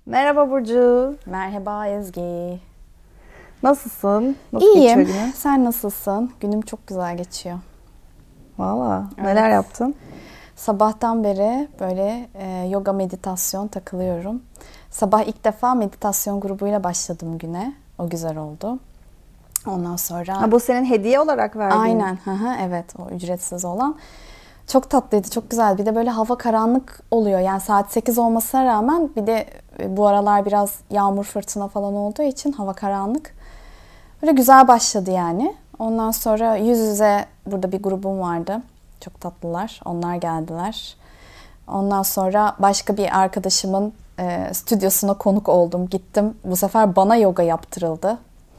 Merhaba Burcu. Merhaba Ezgi. Nasılsın? Nasıl İyiyim. geçiyor günün? Sen nasılsın? Günüm çok güzel geçiyor. Valla. Evet. Neler yaptın? Sabahtan beri böyle yoga meditasyon takılıyorum. Sabah ilk defa meditasyon grubuyla başladım güne. O güzel oldu. Ondan sonra... Ha, bu senin hediye olarak verdiğin. Aynen. Evet, o ücretsiz olan. Çok tatlıydı, çok güzel. Bir de böyle hava karanlık oluyor. Yani saat 8 olmasına rağmen bir de bu aralar biraz yağmur fırtına falan olduğu için hava karanlık. Böyle güzel başladı yani. Ondan sonra yüz yüze burada bir grubum vardı. Çok tatlılar. Onlar geldiler. Ondan sonra başka bir arkadaşımın stüdyosuna konuk oldum. Gittim. Bu sefer bana yoga yaptırıldı.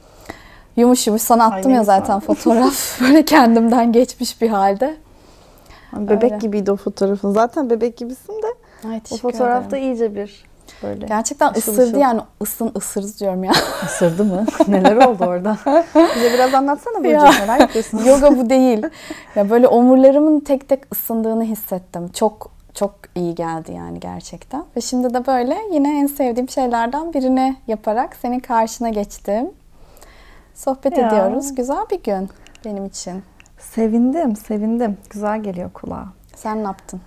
Yumuş yumuş sana attım ya zaten fotoğraf. Böyle kendimden geçmiş bir halde. Bebek Öyle. Gibiydi o fotoğrafın. Zaten bebek gibisin de. Ay, O fotoğrafta ederim. iyice bir böyle. Gerçekten ışıl ısırdı ışıl. yani ısırdı diyorum ya. Isırdı mı? Neler oldu orada? Bize biraz anlatsana Burcu. Ya. Neler yapıyorsun? Yoga bu değil. Ya böyle omurlarımın tek tek ısındığını hissettim. Çok çok iyi geldi yani gerçekten. Ve şimdi de böyle yine en sevdiğim şeylerden birini yaparak senin karşına geçtim. Sohbet Ya. ediyoruz. Güzel bir gün benim için. Sevindim. Güzel geliyor kulağa. Sen ne yaptın?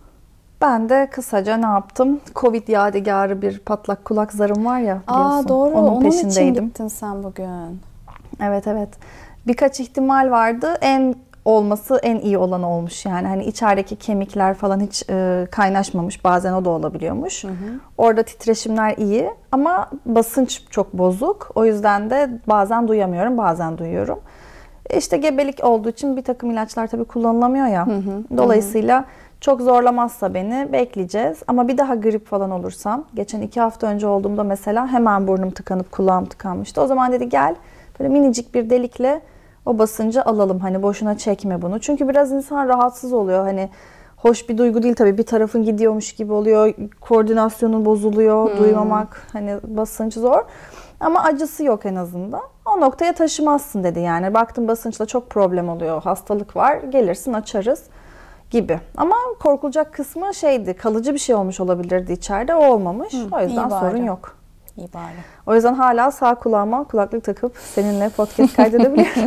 Ben de kısaca ne yaptım? Covid yadigarı bir patlak kulak zarım var ya biliyorsun. Doğru. Onun Onun için peşindeydim. gittin sen bugün. Evet. Birkaç ihtimal vardı. En olması en iyi olan olmuş yani. Hani içerideki kemikler falan hiç kaynaşmamış. Bazen o da olabiliyormuş. Orada titreşimler iyi ama basınç çok bozuk. O yüzden de bazen duyamıyorum, bazen duyuyorum. İşte gebelik olduğu için bir takım ilaçlar tabii kullanılamıyor ya. Dolayısıyla çok zorlamazsa beni bekleyeceğiz. Ama bir daha grip falan olursam, geçen 2 hafta önce olduğumda mesela hemen burnum tıkanıp kulağım tıkanmıştı. O zaman dedi gel böyle minicik bir delikle o basıncı alalım. Hani boşuna çekme bunu. Çünkü biraz insan rahatsız oluyor. Hani hoş bir duygu değil tabii. Bir tarafın gidiyormuş gibi oluyor. Koordinasyonun bozuluyor. Duymamak hani basınç zor. Ama acısı yok en azından. O noktaya taşımazsın dedi yani. Baktım basınçla çok problem oluyor. Hastalık var. Gelirsin açarız gibi. Ama korkulacak kısmı şeydi. Kalıcı bir şey olmuş olabilirdi içeride. O olmamış. O yüzden iyi bari. sorun yok. İyi bari. O yüzden hala sağ kulağıma kulaklık takıp seninle podcast kaydedebiliyorum.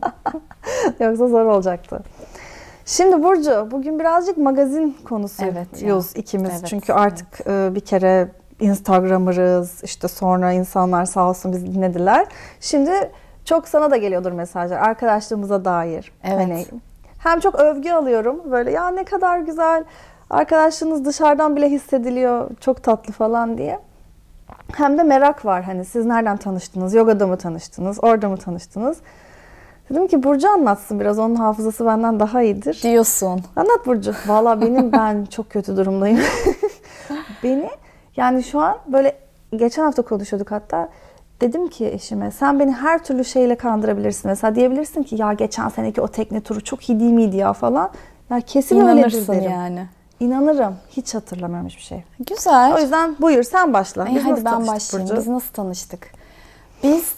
Yoksa zor olacaktı. Şimdi Burcu, bugün birazcık magazin konusuyuz ikimiz. Evet, Çünkü artık bir kere Instagram'ırız, işte sonra insanlar sağ olsun bizi dinlediler. Şimdi çok sana da geliyordur mesajlar arkadaşlığımıza dair. Evet. Hani hem çok övgü alıyorum böyle ya ne kadar güzel arkadaşlığınız dışarıdan bile hissediliyor çok tatlı falan diye. Hem de merak var hani siz nereden tanıştınız, yogada mı tanıştınız, orada mı tanıştınız? Dedim ki Burcu anlatsın biraz onun hafızası benden daha iyidir. Diyorsun. Anlat Burcu. Valla ben çok kötü durumdayım. Beni yani şu an böyle geçen hafta konuşuyorduk hatta. Dedim ki eşime sen beni her türlü şeyle kandırabilirsin. Mesela diyebilirsin ki ya geçen seneki o tekne turu çok iyi değil miydi ya falan. Ya kesin öyledir İnanırsın derim. Yani. İnanırım. Hiç hatırlamıyorum hiçbir şey. Güzel. O yüzden buyur sen başla. Biz Hadi nasıl ben tanıştık başlayayım. Burcu? Biz nasıl tanıştık? Biz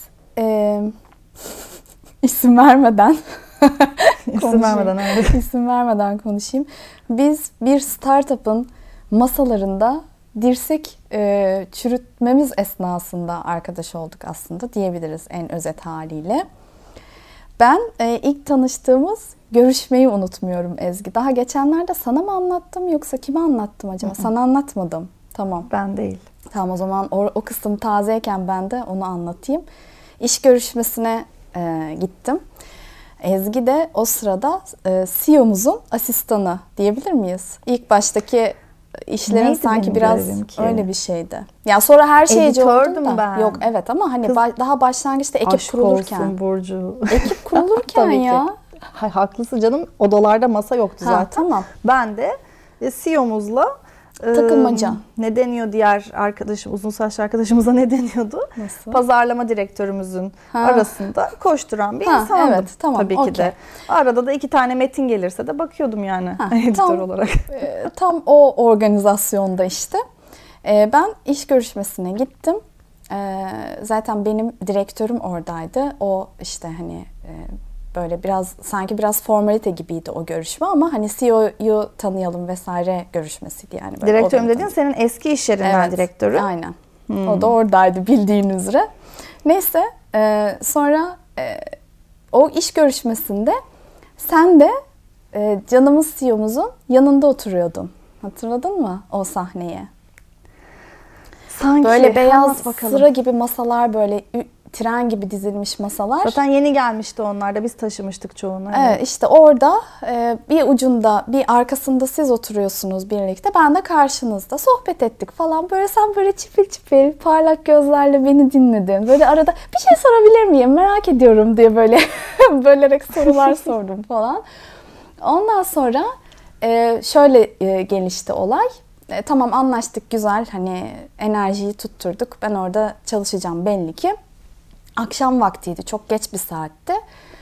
isim vermeden İsim vermeden evet. İsim vermeden konuşayım. Biz bir startup'ın masalarında dirsek çürütmemiz esnasında arkadaş olduk aslında diyebiliriz en özet haliyle. Ben ilk tanıştığımız görüşmeyi unutmuyorum Ezgi. Daha geçenlerde sana mı anlattım yoksa kime anlattım acaba? Sana anlatmadım. Tamam. Ben değil. Tamam o zaman o kısım tazeyken ben de onu anlatayım. İş görüşmesine gittim. Ezgi de o sırada CEO'muzun asistanı diyebilir miyiz? İlk baştaki işlerin Neydi sanki benim biraz görevim ki? öyle bir şeydi. Yani sonra her şeyci Editördüm oldun da. ben. Yok evet ama hani Kız, daha başlangıçta ekip aşk kurulurken. olsun Burcu. Ekip kurulurken Tabii ki. ya. Haklısın canım. Odalarda masa yoktu Ha, zaten. tamam. Ben de CEO'muzla Takılmaca. Ne deniyor diğer arkadaşım, uzun saçlı arkadaşımıza ne deniyordu? Nasıl? Pazarlama direktörümüzün arasında koşturan bir insandım. Evet, tamam, tabii ki de. okey. Arada da 2 tane metin gelirse de bakıyordum yani editör tam, olarak. Tam o organizasyonda işte. Ben iş görüşmesine gittim. Zaten benim direktörüm oradaydı. O işte hani böyle biraz formalite gibiydi o görüşme ama hani CEO'yu tanıyalım vesaire görüşmesiydi yani. Direktörüm dediğin senin eski iş yerinden Evet, direktörü. aynen. O da oradaydı bildiğin üzere. Neyse sonra o iş görüşmesinde sen de canımız CEO'muzun yanında oturuyordun. Hatırladın mı o sahneyi? Sanki. Böyle beyaz sıra gibi masalar, böyle tren gibi dizilmiş masalar. Zaten yeni gelmişti onlar da, biz taşımıştık çoğunu. Evet, işte orada bir ucunda, bir arkasında siz oturuyorsunuz birlikte. Ben de karşınızda sohbet ettik falan. Böyle sen böyle çipil çipil, parlak gözlerle beni dinledin. Böyle arada bir şey sorabilir miyim, merak ediyorum diye böyle bölerek sorular sordum falan. Ondan sonra şöyle gelişti olay. Tamam, anlaştık, güzel, hani enerjiyi tutturduk. Ben orada çalışacağım belli ki. Akşam vaktiydi, çok geç bir saatti.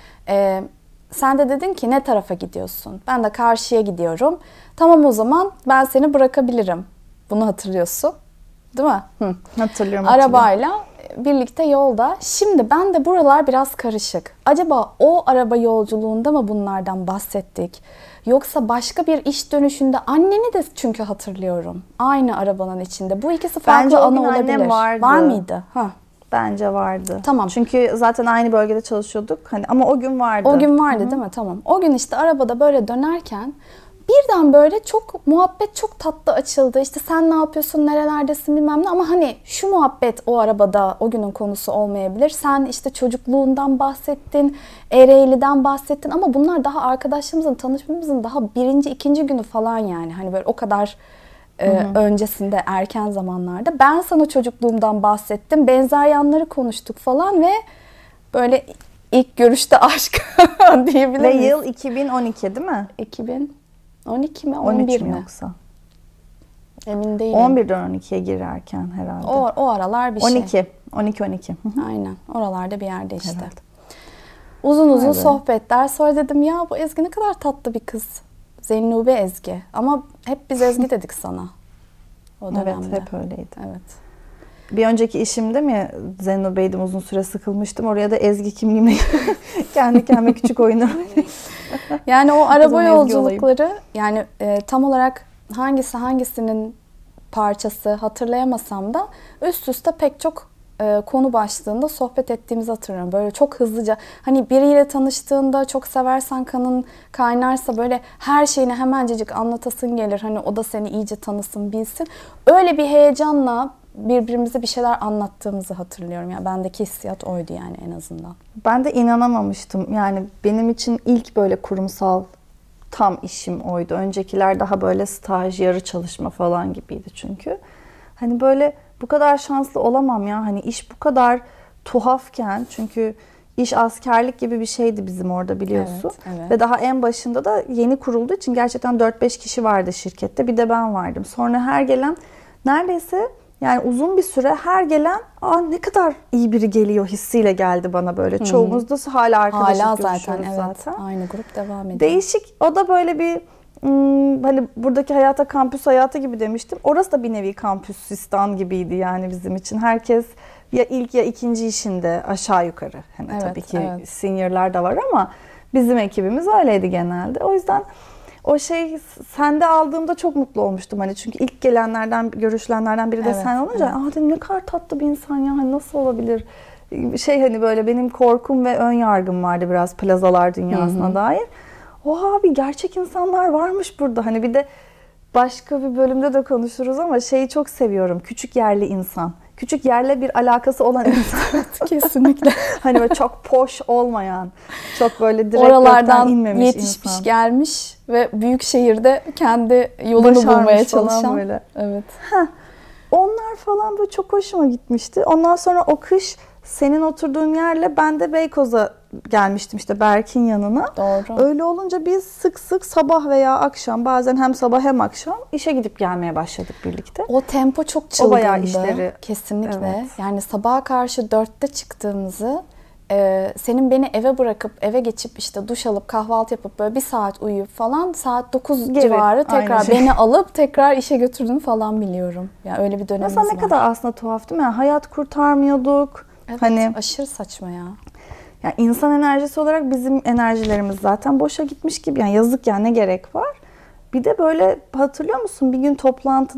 Sen de dedin ki ne tarafa gidiyorsun? Ben de karşıya gidiyorum. Tamam, o zaman ben seni bırakabilirim. Bunu hatırlıyorsun, değil mi? Hı. Hatırlıyorum. Arabayla birlikte yolda. Şimdi ben de buralar biraz karışık. Acaba o araba yolculuğunda mı bunlardan bahsettik? Yoksa başka bir iş dönüşünde anneni de çünkü hatırlıyorum. Aynı arabanın içinde. Bu ikisi farklı Bence anı o gün olabilir. annem vardı. Var mıydı? Ha. Bence vardı. Tamam. Çünkü zaten aynı bölgede çalışıyorduk. Hani ama o gün vardı. O gün vardı, değil mi? Tamam. O gün işte arabada böyle dönerken birden böyle çok muhabbet çok tatlı açıldı. İşte sen ne yapıyorsun, nerelerdesin bilmem ne. Ama hani şu muhabbet o arabada o günün konusu olmayabilir. Sen işte çocukluğundan bahsettin, Ereğli'den bahsettin. Ama bunlar daha arkadaşlarımızın, tanışmamızın daha birinci, ikinci günü falan yani. Hani böyle o kadar öncesinde, erken zamanlarda. Ben sana çocukluğumdan bahsettim. Benzer yanları konuştuk falan ve böyle ilk görüşte aşk diyebilir Ve miyiz? yıl 2012 değil mi? 2012 mi? 13 11 mi mi? yoksa? Emin değilim. 11'den 12'ye girerken herhalde. O aralar bir 12. şey. 12. Aynen. Oralarda bir yerde işte. Herhalde. Uzun uzun Vay be. sohbetler. Sonra dedim ya bu Ezgi ne kadar tatlı bir kız. Zennube Ezgi. Ama hep biz Ezgi dedik sana. O dönemde. Evet, hep öyleydi. Evet. Bir önceki işimde mi Zennubeydim, uzun süre sıkılmıştım. Oraya da Ezgi kimliğimle kendi kendime küçük oyunlar oynayayım. Yani o O araba zaman Ezgi yolculukları yani tam olarak hangisinin parçası hatırlayamasam da üst üste pek çok konu başlığında sohbet ettiğimizi hatırlıyorum. Böyle çok hızlıca, hani biriyle tanıştığında çok seversen, kanın kaynarsa böyle her şeyini hemencecik anlatasın gelir. Hani o da seni iyice tanısın, bilsin. Öyle bir heyecanla birbirimize bir şeyler anlattığımızı hatırlıyorum. Yani bendeki hissiyat oydu yani en azından. Ben de inanamamıştım. Yani benim için ilk böyle kurumsal tam işim oydu. Öncekiler daha böyle staj, yarı çalışma falan gibiydi çünkü. Hani böyle bu kadar şanslı olamam ya. Hani iş bu kadar tuhafken, çünkü iş askerlik gibi bir şeydi bizim orada, biliyorsun. Evet, evet. Ve daha en başında da yeni kurulduğu için gerçekten 4-5 kişi vardı şirkette. Bir de ben vardım. Sonra her gelen neredeyse, yani uzun bir süre her gelen ne kadar iyi biri geliyor hissiyle geldi bana böyle. Çoğumuz da hala arkadaşlık Hala görüşüyoruz zaten, evet. zaten. Aynı grup devam ediyor. Değişik. O da böyle bir hani buradaki hayata kampüs hayatı gibi demiştim. Orası da bir nevi kampüsistan gibiydi yani bizim için. Herkes ya ilk ya ikinci işinde aşağı yukarı. Hani Evet, tabii ki evet. seniorlar da var ama bizim ekibimiz öyleydi genelde. O yüzden o şey sende aldığımda çok mutlu olmuştum. Hani çünkü ilk gelenlerden, görüşülenlerden biri de Evet, sen olunca dedim ne kadar tatlı bir insan ya. Hani nasıl olabilir? Hani böyle benim korkum ve ön yargım vardı biraz plazalar dünyasına dair. Oha abi, gerçek insanlar varmış burada. Hani bir de başka bir bölümde de konuşuruz ama şeyi çok seviyorum. Küçük yerli insan. Küçük yerle bir alakası olan insan. Kesinlikle. Hani böyle çok poş olmayan, çok böyle direkt Oralardan gökten inmemiş yetişmiş, insan. gelmiş ve büyük şehirde kendi yolunu Başarmış bulmaya falan çalışan. böyle. Evet. Onlar falan böyle çok hoşuma gitmişti. Ondan sonra o kış senin oturduğun yerle ben de Beykoz'a gelmiştim işte Berk'in yanına. Doğru. Öyle olunca biz sık sık sabah veya akşam, bazen hem sabah hem akşam işe gidip gelmeye başladık birlikte. O tempo çok O çılgındı. bayağı işleri. Kesinlikle. Evet. Yani sabaha karşı 4'te çıktığımızı, senin beni eve bırakıp eve geçip işte duş alıp kahvaltı yapıp böyle bir saat uyuyup falan saat 9 Gibi, civarı tekrar aynı şey. beni alıp tekrar işe götürdüğünü falan biliyorum. Yani öyle bir dönemimiz Mesela ne var. kadar aslında tuhaf değil mi? Yani hayat kurtarmıyorduk. Evet, Hani aşırı saçma ya. yani insan enerjisi olarak bizim enerjilerimiz zaten boşa gitmiş gibi. Yani yazık ya, ne gerek var? Bir de böyle hatırlıyor musun? Bir gün toplantıda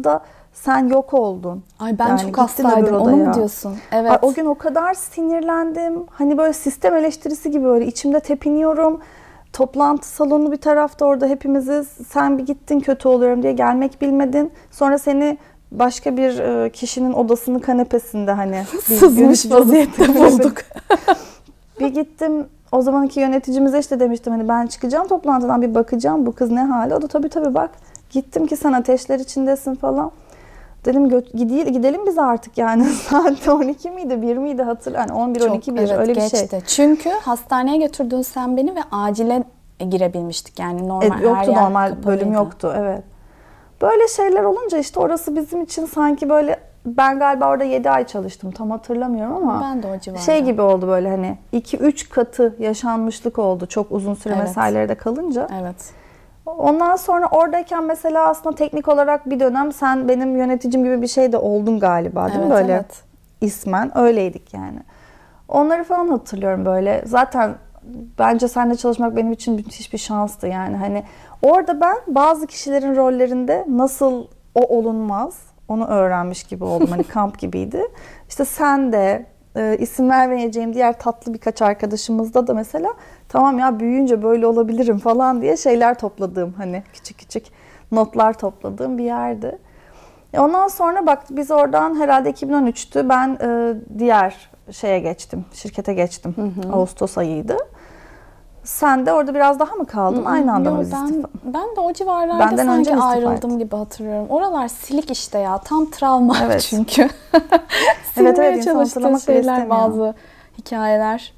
sen yok oldun. Ay ben Yani çok gittin hastaydım. öbür Onu mu odaya. diyorsun? Evet. Ay, o gün o kadar sinirlendim. Hani böyle sistem eleştirisi gibi böyle içimde tepiniyorum. Toplantı salonu bir tarafta, orada hepimiziz. Sen bir gittin kötü oluyorum diye, gelmek bilmedin. Sonra seni başka bir kişinin odasının kanepesinde hani Sızmış yönetici vaziyette odasının bulduk. Bir gittim, o zamanki yöneticimize işte demiştim hani ben çıkacağım toplantıdan, bir bakacağım bu kız ne hali. O da tabii bak. Gittim ki sen ateşler içindesin falan. Dedim gidelim biz artık yani. Saat 12 miydi 1 miydi hatırlamıyorum. Yani 11 12 1 evet, öyle bir geçti. şey. Çünkü hastaneye götürdün sen beni ve acile girebilmiştik. Yani normal her Yoktu, yer normal kapalıydı. bölüm yoktu, evet. Böyle şeyler olunca işte orası bizim için sanki böyle, ben galiba orada 7 ay çalıştım tam hatırlamıyorum ama ben de o civarda. şey gibi oldu böyle, hani 2-3 katı yaşanmışlık oldu çok uzun süre Evet. mesailerde kalınca. Evet. Ondan sonra oradayken mesela aslında teknik olarak bir dönem sen benim yöneticim gibi bir şey de oldun galiba, değil mi? Evet, Böyle evet. ismen öyleydik yani. Onları falan hatırlıyorum böyle. Zaten bence seninle çalışmak benim için müthiş bir şanstı yani. Hani orada ben bazı kişilerin rollerinde nasıl o olunmaz onu öğrenmiş gibi oldum. Hani kamp gibiydi. İşte sen de isim vermeyeceğim diğer tatlı birkaç arkadaşımızda da mesela tamam ya büyüyünce böyle olabilirim falan diye şeyler topladığım, hani küçük notlar topladığım bir yerdi. Ondan sonra bak biz oradan herhalde 2013'tü ben diğer şeye geçtim, şirkete geçtim. Ağustos ayıydı. Sen de orada biraz daha mı kaldın? Aynı anda mı biz istifa? Ben de o civarlarda Benden önce sanki mi istifa ayrıldım ettin? gibi hatırlıyorum. Oralar silik işte ya. Tam travma Evet. çünkü. Evet, Silmeye insan çalıştığın hatırlamak bile şeyler, istemiyor. bazı hikayeler.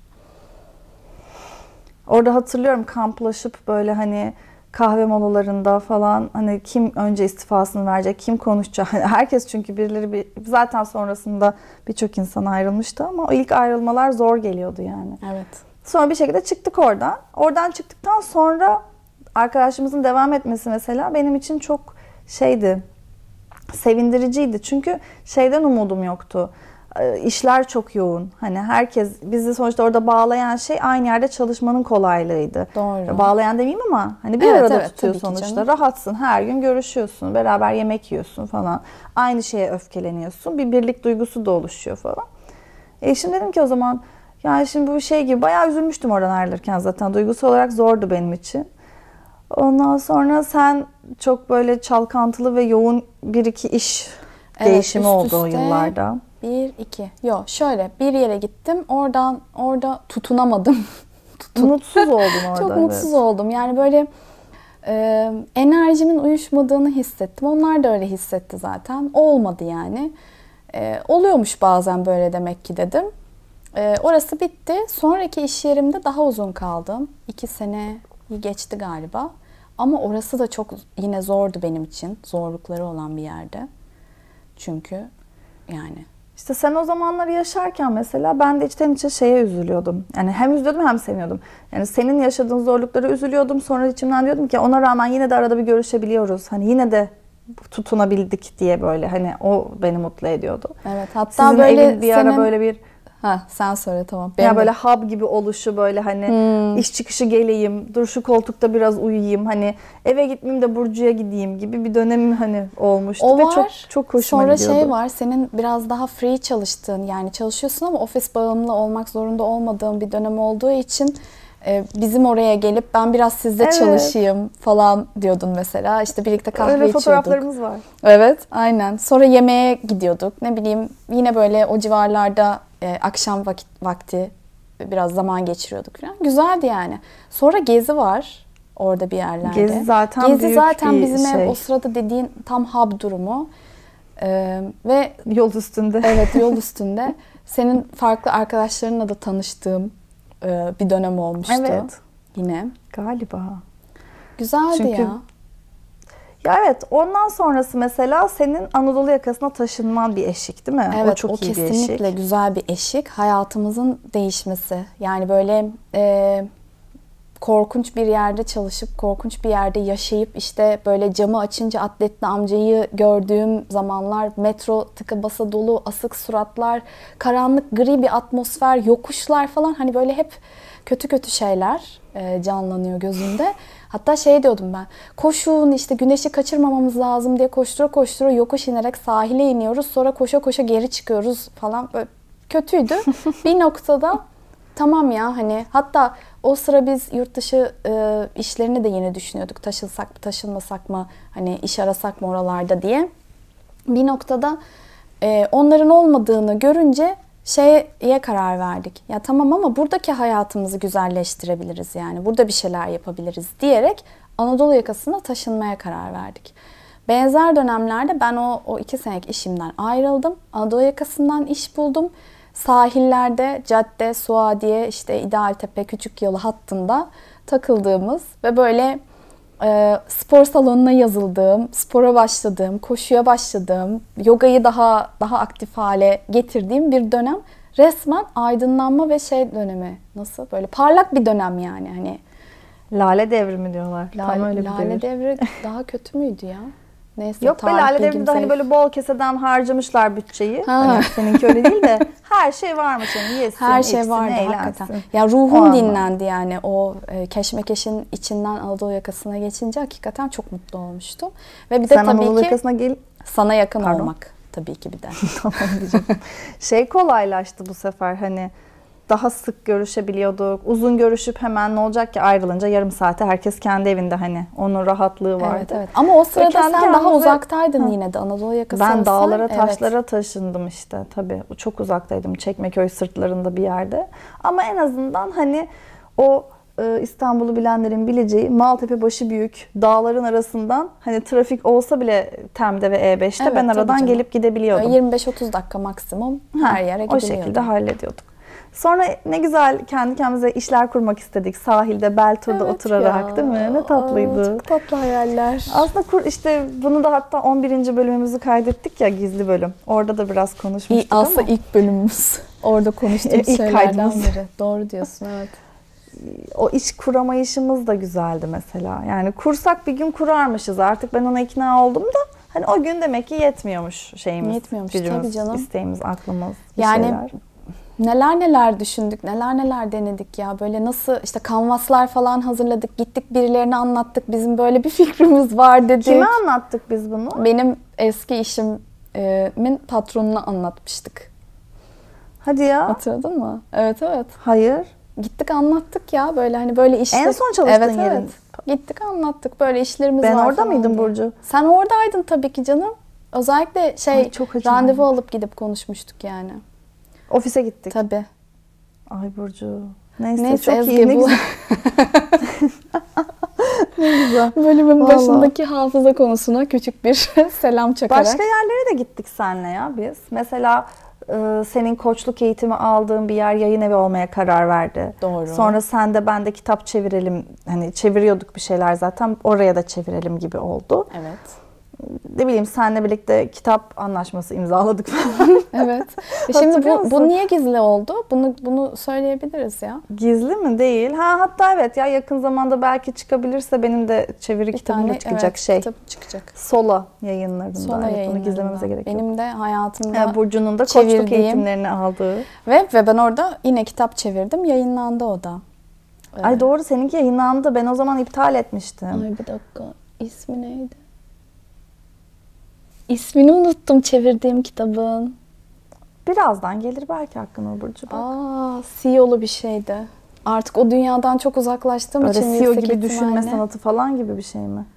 Orada hatırlıyorum kamplaşıp böyle hani kahve molalarında falan hani kim önce istifasını verecek, kim konuşacak. Hani herkes, çünkü birileri zaten sonrasında birçok insan ayrılmıştı ama o ilk ayrılmalar zor geliyordu yani. Evet. Sonra bir şekilde çıktık oradan. Oradan çıktıktan sonra arkadaşımızın devam etmesi mesela benim için çok şeydi, sevindiriciydi. Çünkü şeyden umudum yoktu. İşler çok yoğun. Hani herkes, bizi sonuçta orada bağlayan şey aynı yerde çalışmanın kolaylığıydı. Doğru. Bağlayan demeyeyim ama hani bir Evet, arada evet, tutuyor tabii ki sonuçta. canım. Rahatsın, her gün görüşüyorsun, beraber yemek yiyorsun falan. Aynı şeye öfkeleniyorsun. Bir birlik duygusu da oluşuyor falan. Şimdi dedim ki o zaman, yani şimdi bu şey gibi, bayağı üzülmüştüm oradan ayrılırken zaten. Duygusal olarak zordu benim için. Ondan sonra sen çok böyle çalkantılı ve yoğun bir iki iş değişimi üst oldu o üste yıllarda. 1, 2. Yok şöyle bir yere gittim. Orada tutunamadım. Mutsuz oldun orada. Çok mutsuz evet. oldum. Yani böyle enerjimin uyuşmadığını hissettim. Onlar da öyle hissetti zaten. Olmadı yani. Oluyormuş bazen böyle demek ki dedim. Orası bitti. Sonraki iş yerimde daha uzun kaldım. 2 seneyi geçti galiba. Ama orası da çok yine zordu benim için. Zorlukları olan bir yerde. Çünkü yani. İşte sen o zamanları yaşarken mesela ben de içten içe şeye üzülüyordum. Yani hem üzülüyordum hem seviniyordum. Yani senin yaşadığın zorluklara üzülüyordum. Sonra içimden diyordum ki ona rağmen yine de arada bir görüşebiliyoruz. Hani yine de tutunabildik diye, böyle hani o beni mutlu ediyordu. Evet, hatta Sizin böyle evin bir ara böyle bir sen söyle tamam. ya böyle hub gibi oluşu, böyle hani iş çıkışı geleyim, dur şu koltukta biraz uyuyayım, hani eve gitmeyeyim de Burcu'ya gideyim gibi bir dönemim hani olmuştu o ve var. çok hoşuma Sonra gidiyordu. şey var, senin biraz daha free çalıştığın, yani çalışıyorsun ama ofis bağımlı olmak zorunda olmadığın bir dönem olduğu için bizim oraya gelip ben biraz sizde Evet. çalışayım falan diyordun mesela. İşte birlikte kahve Öyle içiyorduk. fotoğraflarımız var. Evet, aynen. Sonra yemeğe gidiyorduk. Ne bileyim, yine böyle o civarlarda akşam vakti biraz zaman geçiriyorduk falan. Güzeldi yani. Sonra Gezi var orada bir yerlerde. Gezi zaten Gezi büyük zaten bir bizim ev şey. o sırada dediğin tam hub durumu. Ve Yol üstünde. evet, yol üstünde. Senin farklı arkadaşlarınla da tanıştığım bir dönem olmuştu. Evet. Yine. Galiba. Güzeldi Çünkü ya. Ya evet, ondan sonrası mesela senin Anadolu yakasına taşınman bir eşik değil mi? Evet, o çok iyi bir kesinlikle eşik. güzel bir eşik. Hayatımızın değişmesi. Yani böyle korkunç bir yerde çalışıp, korkunç bir yerde yaşayıp, işte böyle camı açınca atletli amcayı gördüğüm zamanlar, metro tıka basa dolu, asık suratlar, karanlık gri bir atmosfer, yokuşlar falan, hani böyle hep kötü kötü şeyler canlanıyor gözümde. Hatta şey diyordum ben, koşun işte güneşi kaçırmamamız lazım diye koştura koştura yokuş inerek sahile iniyoruz. Sonra koşa koşa geri çıkıyoruz falan. Böyle kötüydü. Bir noktada tamam ya hani, hatta o sıra biz yurt dışı işlerini de yine düşünüyorduk. Taşınsak mı taşınmasak mı, hani iş arasak mı oralarda diye. Bir noktada onların olmadığını görünce şeye karar verdik. Ya tamam ama buradaki hayatımızı güzelleştirebiliriz yani. Burada bir şeyler yapabiliriz diyerek Anadolu yakasına taşınmaya karar verdik. Benzer dönemlerde ben o 2 senelik işimden ayrıldım. Anadolu yakasından iş buldum. Sahillerde Cadde, Suadiye, işte İdealtepe, Küçükyolu hattında takıldığımız ve böyle spor salonuna yazıldığım, spora başladığım, koşuya başladığım, yogayı daha aktif hale getirdiğim bir dönem. Resmen aydınlanma ve şey dönemi. Nasıl? Böyle parlak bir dönem yani. Hani Lale devrimi diyorlar. Tam öyle bir Lale devri daha kötü müydü ya? Neyse, yok be, Lale devrinde hani böyle bol keseden harcamışlar bütçeyi. Ha. Hani seninki öyle değil de her şey varmış yani, yesin, her şey içsin, vardı eğlensin. hakikaten. Ya ruhum dinlendi yani o keşmekeşin içinden Anadolu yakasına geçince hakikaten çok mutlu olmuştum. Ve bir de Sen tabii Anadolu ki yakasına gel. sana yakın Pardon. olmak tabii ki bir de. Tamam diyeceğim. Şey kolaylaştı bu sefer, hani daha sık görüşebiliyorduk. Uzun görüşüp hemen ne olacak ki, ayrılınca yarım saate herkes kendi evinde, hani onun rahatlığı vardı. Evet, evet. Ama o sırada kendi sen daha kendimize- uzaktaydın yine de Anadolu yakası Ben olsa, dağlara, evet. taşlara taşındım işte. Tabii çok uzaktaydım. Çekmeköy sırtlarında bir yerde. Ama en azından hani o İstanbul'u bilenlerin bileceği Maltepe başı büyük dağların arasından, hani trafik olsa bile Tem'de ve E5'te Evet, ben tabii aradan canım. gelip gidebiliyordum. 25-30 dakika maksimum her yere O gidiliyordum. şekilde hallediyorduk. Sonra ne güzel kendi kendimize işler kurmak istedik. Sahilde, Beltur'da Evet oturarak ya. değil mi? Ne tatlıydı. Çok tatlı hayaller. Aslında işte bunu da hatta 11. bölümümüzü kaydettik ya, gizli bölüm. Orada da biraz konuşmuştuk Aslında ama. ilk bölümümüz. Orada konuştuğumuz İlk şeylerden kaydımız. biri. Doğru diyorsun, evet. O iş kuramayışımız da güzeldi mesela. Yani kursak bir gün kurarmışız. Artık ben ona ikna oldum da hani o gün demek ki yetmiyormuş şeyimiz. Yetmiyormuş, gücümüz, tabii canım. isteğimiz, aklımız, bir Yani şeyler. neler düşündük, neler denedik ya. Böyle nasıl işte kanvaslar falan hazırladık, gittik birilerine anlattık. Bizim böyle bir fikrimiz var dedik. Kime anlattık biz bunu? Benim eski işimin patronuna anlatmıştık. Hadi ya. Hatırladın mı? Evet, evet. Hayır. Gittik anlattık ya, böyle hani böyle işler. En son çalıştığın evet, yerin. Evet. Gittik anlattık, böyle işlerimiz Ben var orada falan mıydım diye. Burcu? Sen oradaydın tabii ki canım. Özellikle Ay, çok acayip. randevu alıp gidip konuşmuştuk yani. Ofise gittik. Tabii. Ay Burcu. Neyse, Neyse çok Ezgi, iyi. Ne bu güzel. Ne güzel. bölümün Vallahi. başındaki hafıza konusuna küçük bir selam çakarak. Başka yerlere de gittik seninle ya biz. Mesela senin koçluk eğitimi aldığın bir yer yayın evi olmaya karar verdi. Doğru. Sonra sen de ben de kitap çevirelim. Hani çeviriyorduk bir şeyler zaten. Oraya da çevirelim gibi oldu. Evet. Ne bileyim, seninle birlikte kitap anlaşması imzaladık falan. Evet. Şimdi Hatırlıyor bu musun? niye gizli oldu? Bunu söyleyebiliriz ya. Gizli mi? Değil. Hatta evet ya, yakın zamanda belki çıkabilirse benim de çeviri kitabım da çıkacak kitap çıkacak. Sola yayınlarında. Sola Evet, bunu yayınlarında. gizlememize gerek yok. Benim de hayatımda Burcu'nun da koçluk çevirdiğim- eğitimlerini aldığı. ve ben orada yine kitap çevirdim. Yayınlandı o da. Ay doğru, seninki yayınlandı. Ben o zaman iptal etmiştim. Ay bir dakika. İsmi neydi? İsmini unuttum çevirdiğim kitabın. Birazdan gelir belki hakkına Burcu. Bak. CEO'lu bir şeydi. Artık o dünyadan çok uzaklaştığım Böyle için CEO yüksek gibi düşünme ihtimalle- sanatı falan gibi bir şey mi?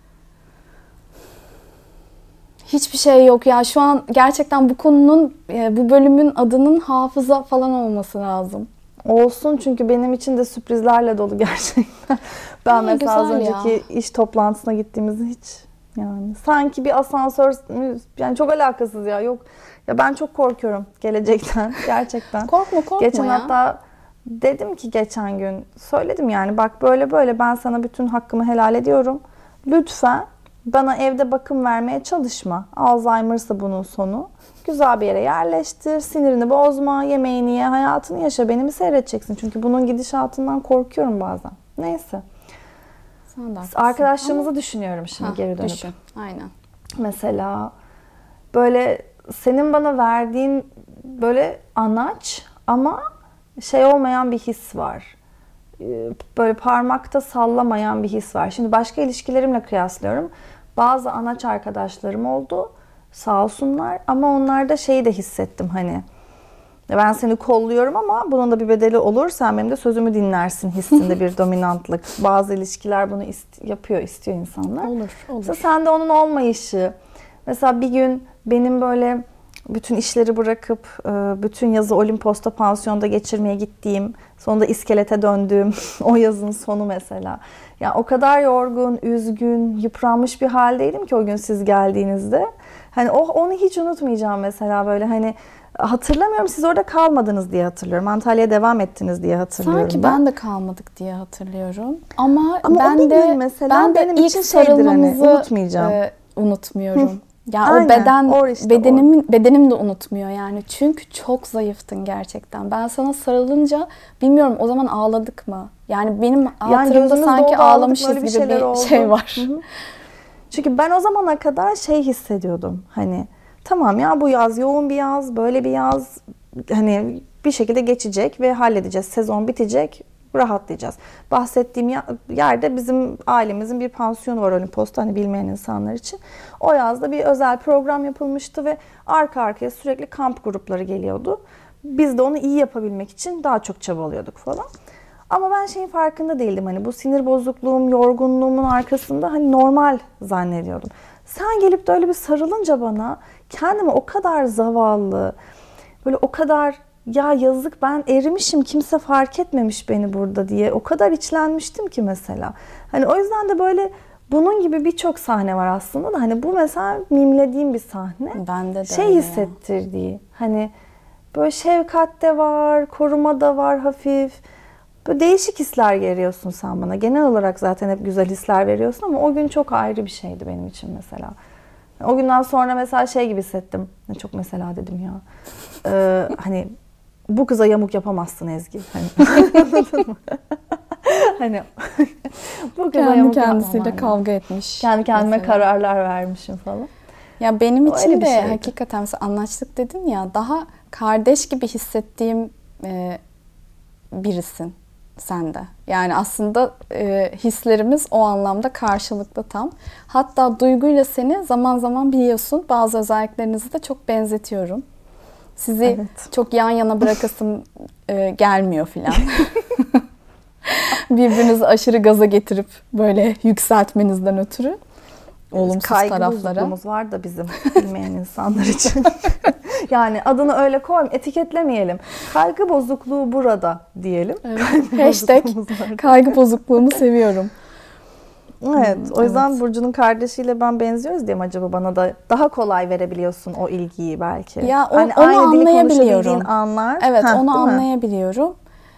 Hiçbir şey yok ya. Şu an gerçekten bu konunun, bu bölümün adının hafıza falan olması lazım. Olsun, çünkü benim için de sürprizlerle dolu gerçekten. Ben mesela az güzel ya. önceki iş toplantısına gittiğimizde hiç, yani sanki bir asansör, yani çok alakasız ya, yok. Ya ben çok korkuyorum gelecekten gerçekten. Korkma Geçen ya. hatta dedim ki, geçen gün söyledim yani, bak böyle ben sana bütün hakkımı helal ediyorum. Lütfen bana evde bakım vermeye çalışma. Alzheimer'sa bunun sonu. Güzel bir yere yerleştir, sinirini bozma, yemeğini ye, hayatını yaşa. Beni mi seyredeceksin? Çünkü bunun gidişatından korkuyorum bazen. Neyse. Sen de haklısın. Arkadaşlığımızı düşünüyorum şimdi geri dönüp. Düşün. Aynen. Mesela böyle senin bana verdiğin böyle anaç ama şey olmayan bir his var. böyle parmakta sallamayan bir his var. Şimdi başka ilişkilerimle kıyaslıyorum. Bazı anaç arkadaşlarım oldu. Sağ olsunlar. Ama onlarda şeyi de hissettim hani. Ben seni kolluyorum ama bunun da bir bedeli olur. Sen benim de sözümü dinlersin hissinde bir dominantlık. Bazı ilişkiler bunu yapıyor, istiyor insanlar. Olur. Mesela sen de onun olmayışı. Mesela bir gün benim böyle bütün işleri bırakıp bütün yazı Olimpos'ta pansiyonda geçirmeye gittiğim, sonunda iskelete döndüğüm o yazın sonu mesela. Ya o kadar yorgun, üzgün, yıpranmış bir haldeydim ki o gün siz geldiğinizde. Hani onu hiç unutmayacağım mesela böyle hani hatırlamıyorum, siz orada kalmadınız diye hatırlıyorum. Antalya'ya devam ettiniz diye hatırlıyorum. Sanki ben de kalmadık diye hatırlıyorum. Ama ben o de mesela ben de benim ilk için şeydir hani unutmayacağım. Unutmuyorum. Yani Aynen, o bedenim de unutmuyor yani. Çünkü çok zayıftın gerçekten. Ben sana sarılınca bilmiyorum o zaman ağladık mı? Yani benim hatırımda sanki ağlamışız gibi bir şey var. Hı-hı. Çünkü ben o zamana kadar şey hissediyordum. Hani tamam ya bu yaz yoğun bir yaz, böyle bir yaz hani bir şekilde geçecek ve halledeceğiz. Sezon bitecek, rahatlayacağız. Bahsettiğim yerde bizim ailemizin bir pansiyonu var Olimpos'ta, hani bilmeyen insanlar için. O yazda bir özel program yapılmıştı ve arka arkaya sürekli kamp grupları geliyordu. Biz de onu iyi yapabilmek için daha çok çabalıyorduk falan. Ama ben şeyin farkında değildim. Hani bu sinir bozukluğum, yorgunluğumun arkasında hani normal zannediyordum. Sen gelip de öyle bir sarılınca bana kendimi o kadar zavallı, böyle o kadar ya yazık ben erimişim, kimse fark etmemiş beni burada diye o kadar içlenmiştim ki mesela. Hani o yüzden de böyle bunun gibi birçok sahne var aslında da hani bu mesela mimlediğim bir sahne. Bende de şey hissettirdiği. Hani böyle şefkat de var, koruma da var hafif. Böyle değişik hisler veriyorsun sen bana. Genel olarak zaten hep güzel hisler veriyorsun ama o gün çok ayrı bir şeydi benim için mesela. O günden sonra mesela şey gibi hissettim. Ne çok mesela dedim ya. Hani bu kıza yamuk yapamazsın Ezgi. Hani anladın mı? Hani bu kıza kendi yamuk kendisiyle yapamam. kavga etmiş. Kendi kendime mesela kararlar vermişim falan. Ya benim O için öyle bir de şeydi. hakikaten mesela anlaştık dedin ya, daha kardeş gibi hissettiğim birisin sen de. Yani aslında hislerimiz o anlamda karşılıklı tam. Hatta duyguyla seni zaman zaman biliyorsun bazı özelliklerinizi de çok benzetiyorum. Sizi Evet. çok yan yana bırakasım gelmiyor filan. Birbirinizi aşırı gaza getirip böyle yükseltmenizden ötürü. Olumsuz kaygı taraflara. bozukluğumuz var da bizim bilmeyen insanlar için. Yani adını öyle koyalım, etiketlemeyelim. Kaygı bozukluğu burada diyelim. Evet. Hashtag kaygı bozukluğumu seviyorum. Evet, o yüzden evet. Burcu'nun kardeşiyle ben benziyoruz diye mi acaba bana da daha kolay verebiliyorsun o ilgiyi belki. Ya hani onu aynı dili anlayabiliyorum. konuşabildiğin anlar. Evet, onu değil mi? anlayabiliyorum.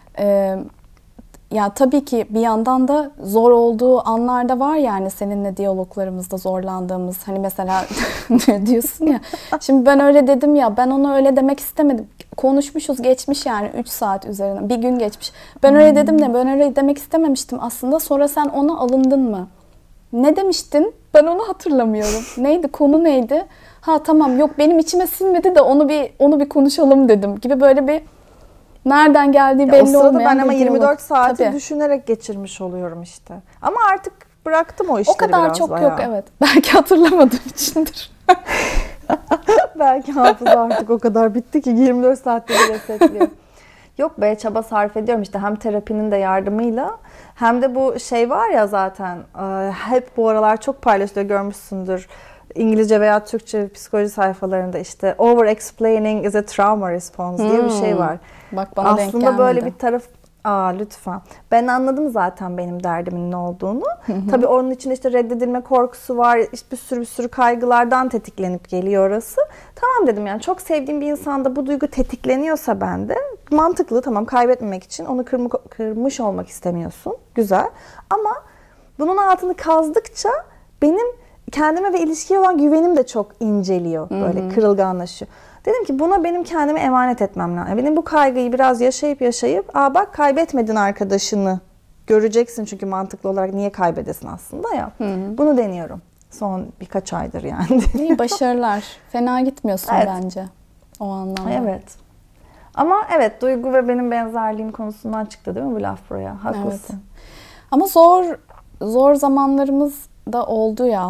Ya tabii ki bir yandan da zor olduğu anlarda var yani seninle diyaloglarımızda zorlandığımız. Hani mesela diyorsun ya. Şimdi ben öyle dedim ya, ben onu öyle demek istemedim. Konuşmuşuz, geçmiş yani 3 saat üzerinden. Bir gün geçmiş. Ben öyle dedim de ben öyle demek istememiştim aslında. Sonra sen ona alındın mı? Ne demiştin? Ben onu hatırlamıyorum. Neydi? Konu neydi? Ha tamam, yok benim içime sinmedi de onu bir konuşalım dedim gibi böyle bir nereden geldiği belli olmayan bir ben ama 24 saati Tabii. düşünerek geçirmiş oluyorum işte. Ama artık bıraktım o işleri O kadar biraz çok bayağı. yok evet. Belki hatırlamadığım içindir. Belki hafıza artık o kadar bitti ki 24 saatte bir resetliyor. Yok be, çaba sarf ediyorum işte hem terapinin de yardımıyla hem de bu şey var ya zaten hep bu aralar çok paylaşılıyor, görmüşsündür. İngilizce veya Türkçe psikoloji sayfalarında işte over explaining is a trauma response diye bir şey var. Bak bana denk gelmedi. Aslında böyle bir taraf. Lütfen. Ben anladım zaten benim derdimin ne olduğunu. Tabii onun içinde işte reddedilme korkusu var. İşte bir sürü kaygılardan tetiklenip geliyor orası. Tamam dedim, yani çok sevdiğim bir insanda bu duygu tetikleniyorsa bende mantıklı, tamam, kaybetmemek için onu kırmış olmak istemiyorsun. Güzel. Ama bunun altını kazdıkça benim kendime ve ilişkiye olan güvenim de çok inceliyor. Böyle kırılganlaşıyor. Dedim ki buna benim kendime emanet etmem lazım. Benim bu kaygıyı biraz yaşayıp bak kaybetmedin arkadaşını göreceksin, çünkü mantıklı olarak niye kaybedesin aslında ya. Bunu deniyorum. Son birkaç aydır yani. İyi, başarılar. Fena gitmiyorsun Evet. bence o anlamda. Evet. Ama evet, Duygu ve benim benzerliğim konusundan çıktı değil mi bu laf buraya? Haklısın. Evet. Ama zor zamanlarımız da oldu ya.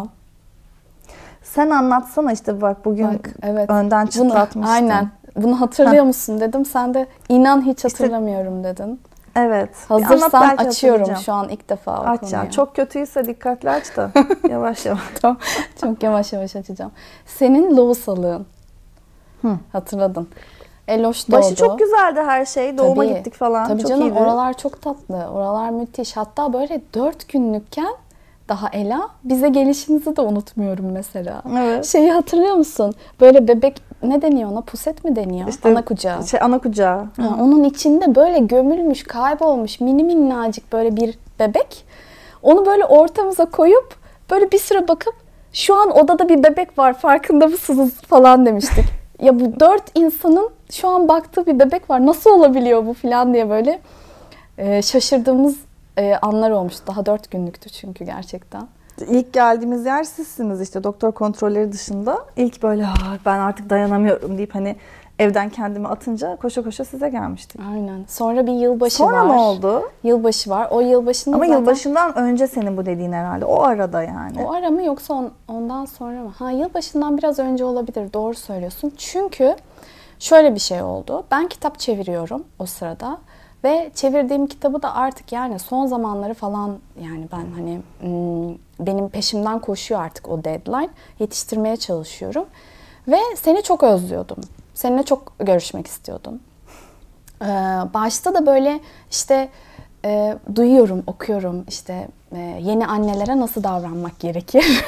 Sen anlatsana işte, bak bugün Bak, evet. önden çıtlatmıştın. Aynen. Bunu hatırlıyor musun dedim. Sen de inan hiç hatırlamıyorum dedin. Evet. Hazırsan açıyorum şu an ilk defa o aç konuyu. ya. Çok kötüyse dikkatli aç da yavaş yavaş. Tamam. Çok yavaş yavaş açacağım. Senin lohusalığın. Hatırladın. Eloş doğdu. Başı çok güzeldi her şey. Doğuma gittik falan. Tabii çok canım, iyiydi. oralar çok tatlı. Oralar müthiş. Hatta böyle 4 günlükken daha Ela, bize gelişinizi de unutmuyorum mesela. Evet. Şeyi hatırlıyor musun? Böyle bebek, ne deniyor ona? Puset mi deniyor? İşte ana kucağı. Ana kucağı. Ha, onun içinde böyle gömülmüş, kaybolmuş mini minnacık böyle bir bebek. Onu böyle ortamıza koyup böyle bir süre bakıp şu an odada bir bebek var, farkında mısınız falan demiştik. Ya bu 4 insanın şu an baktığı bir bebek var. Nasıl olabiliyor bu falan diye böyle şaşırdığımız anlar olmuş. Daha 4 günlüktü çünkü gerçekten. İlk geldiğimiz yer sizsiniz işte, doktor kontrolleri dışında. İlk böyle ben artık dayanamıyorum deyip hani evden kendimi atınca koşa koşa size gelmiştik. Aynen. Sonra bir yılbaşı var. Sonra ne oldu? Yılbaşı var. O yılbaşında Ama zaten... yılbaşından önce senin bu dediğin herhalde. O arada yani. O ara mı yoksa ondan sonra mı? Ha, yılbaşından biraz önce olabilir. Doğru söylüyorsun. Çünkü şöyle bir şey oldu. Ben kitap çeviriyorum o sırada. Ve çevirdiğim kitabı da artık yani son zamanları falan, yani ben hani benim peşimden koşuyor artık o deadline. Yetiştirmeye çalışıyorum. Ve seni çok özlüyordum. Seninle çok görüşmek istiyordum. Başta da böyle işte duyuyorum, okuyorum işte yeni annelere nasıl davranmak gerekir.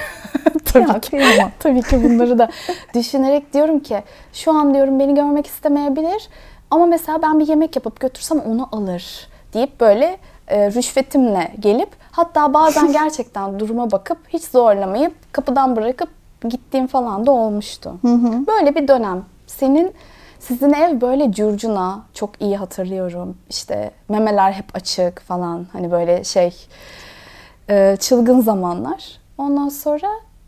Tabii ki bunları da düşünerek diyorum ki şu an diyorum beni görmek istemeyebilir ama mesela ben bir yemek yapıp götürsem onu alır deyip böyle rüşvetimle gelip, hatta bazen gerçekten duruma bakıp hiç zorlamayıp kapıdan bırakıp gittiğim falan da olmuştu. Böyle bir dönem. Sizin ev böyle curcuna, çok iyi hatırlıyorum. İşte memeler hep açık falan, hani böyle çılgın zamanlar. Ondan sonra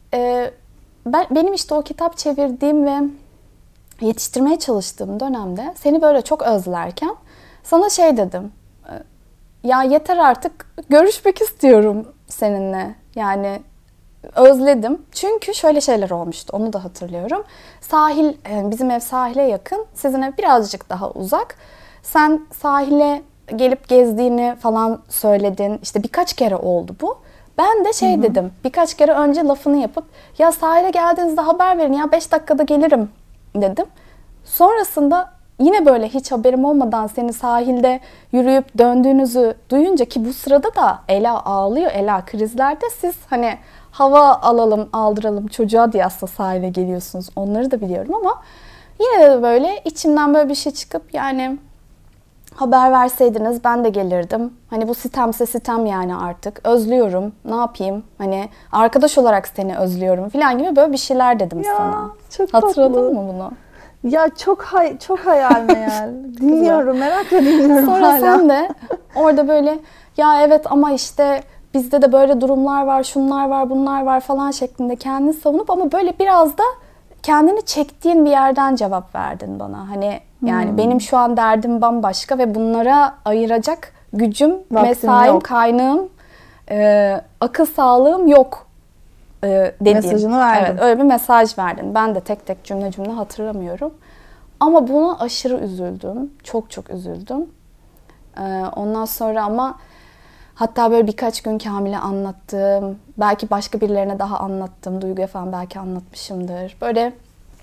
benim işte o kitap çevirdiğim ve yetiştirmeye çalıştığım dönemde seni böyle çok özlerken sana dedim. Ya yeter artık, görüşmek istiyorum seninle. Yani özledim. Çünkü şöyle şeyler olmuştu. Onu da hatırlıyorum. Bizim ev sahile yakın. Sizin ev birazcık daha uzak. Sen sahile gelip gezdiğini falan söyledin. İşte birkaç kere oldu bu. Ben de dedim. Birkaç kere önce lafını yapıp ya sahile geldiğinizde haber verin ya 5 dakikada gelirim dedim. Sonrasında yine böyle hiç haberim olmadan seni sahilde yürüyüp döndüğünüzü duyunca, ki bu sırada da Ela ağlıyor. Ela krizlerde, siz hani hava alalım, aldıralım çocuğa diye aslında sahile geliyorsunuz. Onları da biliyorum ama yine de böyle içimden böyle bir şey çıkıp yani haber verseydiniz ben de gelirdim. Hani bu sitemse sitem yani artık. Özlüyorum. Ne yapayım? Hani arkadaş olarak seni özlüyorum falan gibi böyle bir şeyler dedim ya, sana. Çok hatırladın tatlı. mı bunu? Ya çok hayal meyal. Dinliyorum, merakla dinliyorum Sonra hala. sen de orada böyle ya evet ama işte bizde de böyle durumlar var, şunlar var, bunlar var falan şeklinde kendini savunup ama böyle biraz da kendini çektiğin bir yerden cevap verdin bana. Hani yani benim şu an derdim bambaşka ve bunlara ayıracak gücüm, mesaim, kaynağım, akıl sağlığım yok dediğin. Mesajını verdin. Evet, öyle bir mesaj verdin. Ben de tek tek cümle hatırlamıyorum. Ama buna aşırı üzüldüm. Çok çok üzüldüm. Ondan sonra ama hatta böyle birkaç gün Kamil'e anlattım. Belki başka birilerine daha anlattım. Duygu'ya falan belki anlatmışımdır. Böyle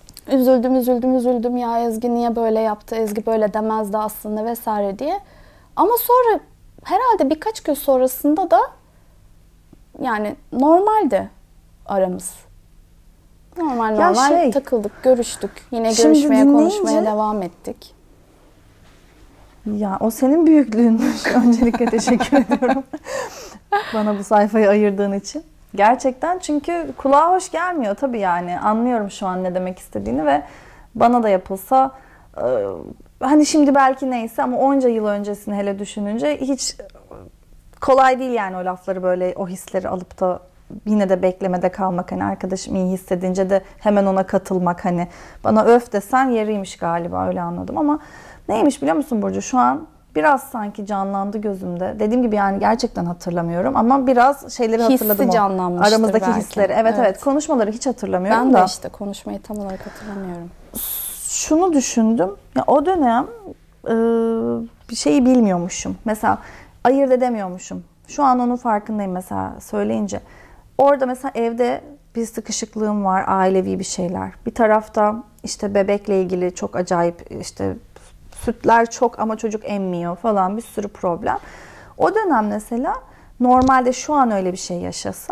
üzüldüm ya, Ezgi niye böyle yaptı, Ezgi böyle demezdi aslında vesaire diye. Ama sonra herhalde birkaç gün sonrasında da yani normaldi aramız. Normal takıldık, görüştük. Yine görüşmeye, konuşmaya devam ettik. Ya o senin büyüklüğünmüş. Öncelikle teşekkür ediyorum. Bana bu sayfayı ayırdığın için. Gerçekten, çünkü kulağa hoş gelmiyor tabii yani. Anlıyorum şu an ne demek istediğini ve bana da yapılsa hani şimdi belki neyse ama onca yıl öncesini hele düşününce hiç kolay değil yani o lafları, böyle o hisleri alıp da yine de beklemede kalmak, hani arkadaşım iyi hissedince de hemen ona katılmak, hani bana öf desen yeriymiş galiba, öyle anladım ama Neymiş biliyor musun Burcu? Şu an biraz sanki canlandı gözümde. Dediğim gibi yani gerçekten hatırlamıyorum ama biraz şeyleri hatırladım. Hissi canlanmıştır aramızdaki belki. hisleri. Evet. Konuşmaları hiç hatırlamıyorum ben da. Ben de işte konuşmayı tam olarak hatırlamıyorum. Şunu düşündüm. Ya o dönem bir şeyi bilmiyormuşum. Mesela ayırt edemiyormuşum. Şu an onun farkındayım mesela söyleyince. Orada mesela evde bir sıkışıklığım var, ailevi bir şeyler. Bir tarafta işte bebekle ilgili çok acayip işte sütler çok ama çocuk emmiyor falan bir sürü problem. O dönem mesela normalde şu an öyle bir şey yaşasam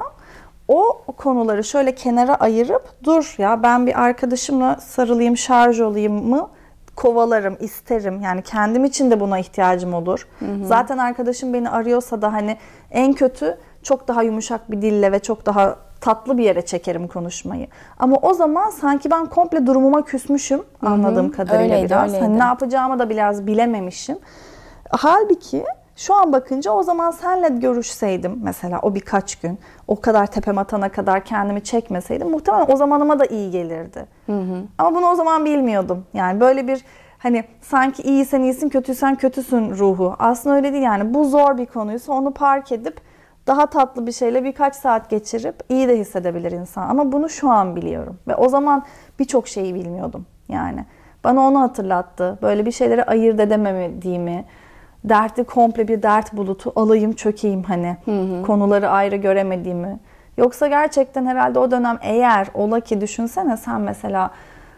o konuları şöyle kenara ayırıp dur ya ben bir arkadaşımla sarılayım, şarj olayım mı kovalarım, isterim. Yani kendim için de buna ihtiyacım olur. Zaten arkadaşım beni arıyorsa da hani en kötü çok daha yumuşak bir dille ve çok daha tatlı bir yere çekerim konuşmayı. Ama o zaman sanki ben komple durumuma küsmüşüm anladığım kadarıyla öyleydi, biraz. öyleydi. Hani ne yapacağımı da biraz bilememişim. Halbuki şu an bakınca o zaman senle görüşseydim mesela o birkaç gün o kadar tepem atana kadar kendimi çekmeseydim muhtemelen o zamanıma da iyi gelirdi. Ama bunu o zaman bilmiyordum. Yani böyle bir hani sanki iyiysen iyisin kötüysen kötüsün ruhu. Aslında öyle değil yani bu zor bir konuysa onu park edip daha tatlı bir şeyle birkaç saat geçirip iyi de hissedebilir insan. Ama bunu şu an biliyorum. Ve o zaman birçok şeyi bilmiyordum yani. Bana onu hatırlattı. Böyle bir şeyleri ayırt edemediğimi, dertli komple bir dert bulutu alayım çökeyim hani. Konuları ayrı göremediğimi. Yoksa gerçekten herhalde o dönem eğer ola ki düşünsene sen mesela